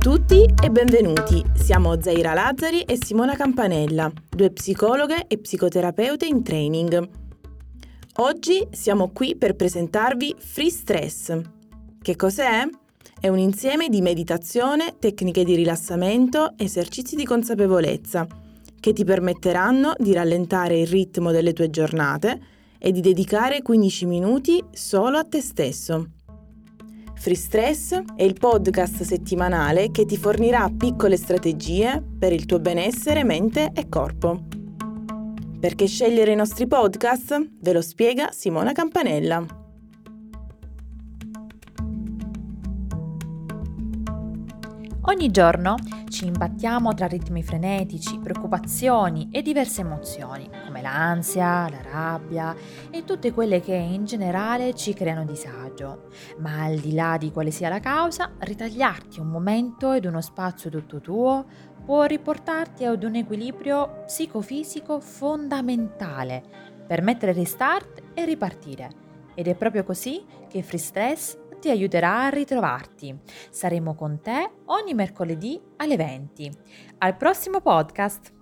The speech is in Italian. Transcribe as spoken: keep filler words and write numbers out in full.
tutti e benvenuti. Siamo Zaira Lazzari e Simona Campanella, due psicologhe e psicoterapeute in training. Oggi siamo qui per presentarvi Free Stress. Che cos'è? È un insieme di meditazione, tecniche di rilassamento, esercizi di consapevolezza che ti permetteranno di rallentare il ritmo delle tue giornate e di dedicare quindici minuti solo a te stesso. Free Stress è il podcast settimanale che ti fornirà piccole strategie per il tuo benessere mente e corpo. Perché scegliere i nostri podcast? Ve lo spiega Simona Campanella. Ogni giorno ci imbattiamo tra ritmi frenetici, preoccupazioni e diverse emozioni, come l'ansia, la rabbia e tutte quelle che in generale ci creano disagio. Ma al di là di quale sia la causa, ritagliarti un momento ed uno spazio tutto tuo può riportarti ad un equilibrio psicofisico fondamentale per mettere restart e ripartire. Ed è proprio così che Free Stress ti aiuterà a ritrovarti. Saremo con te ogni mercoledì alle venti. Al prossimo podcast!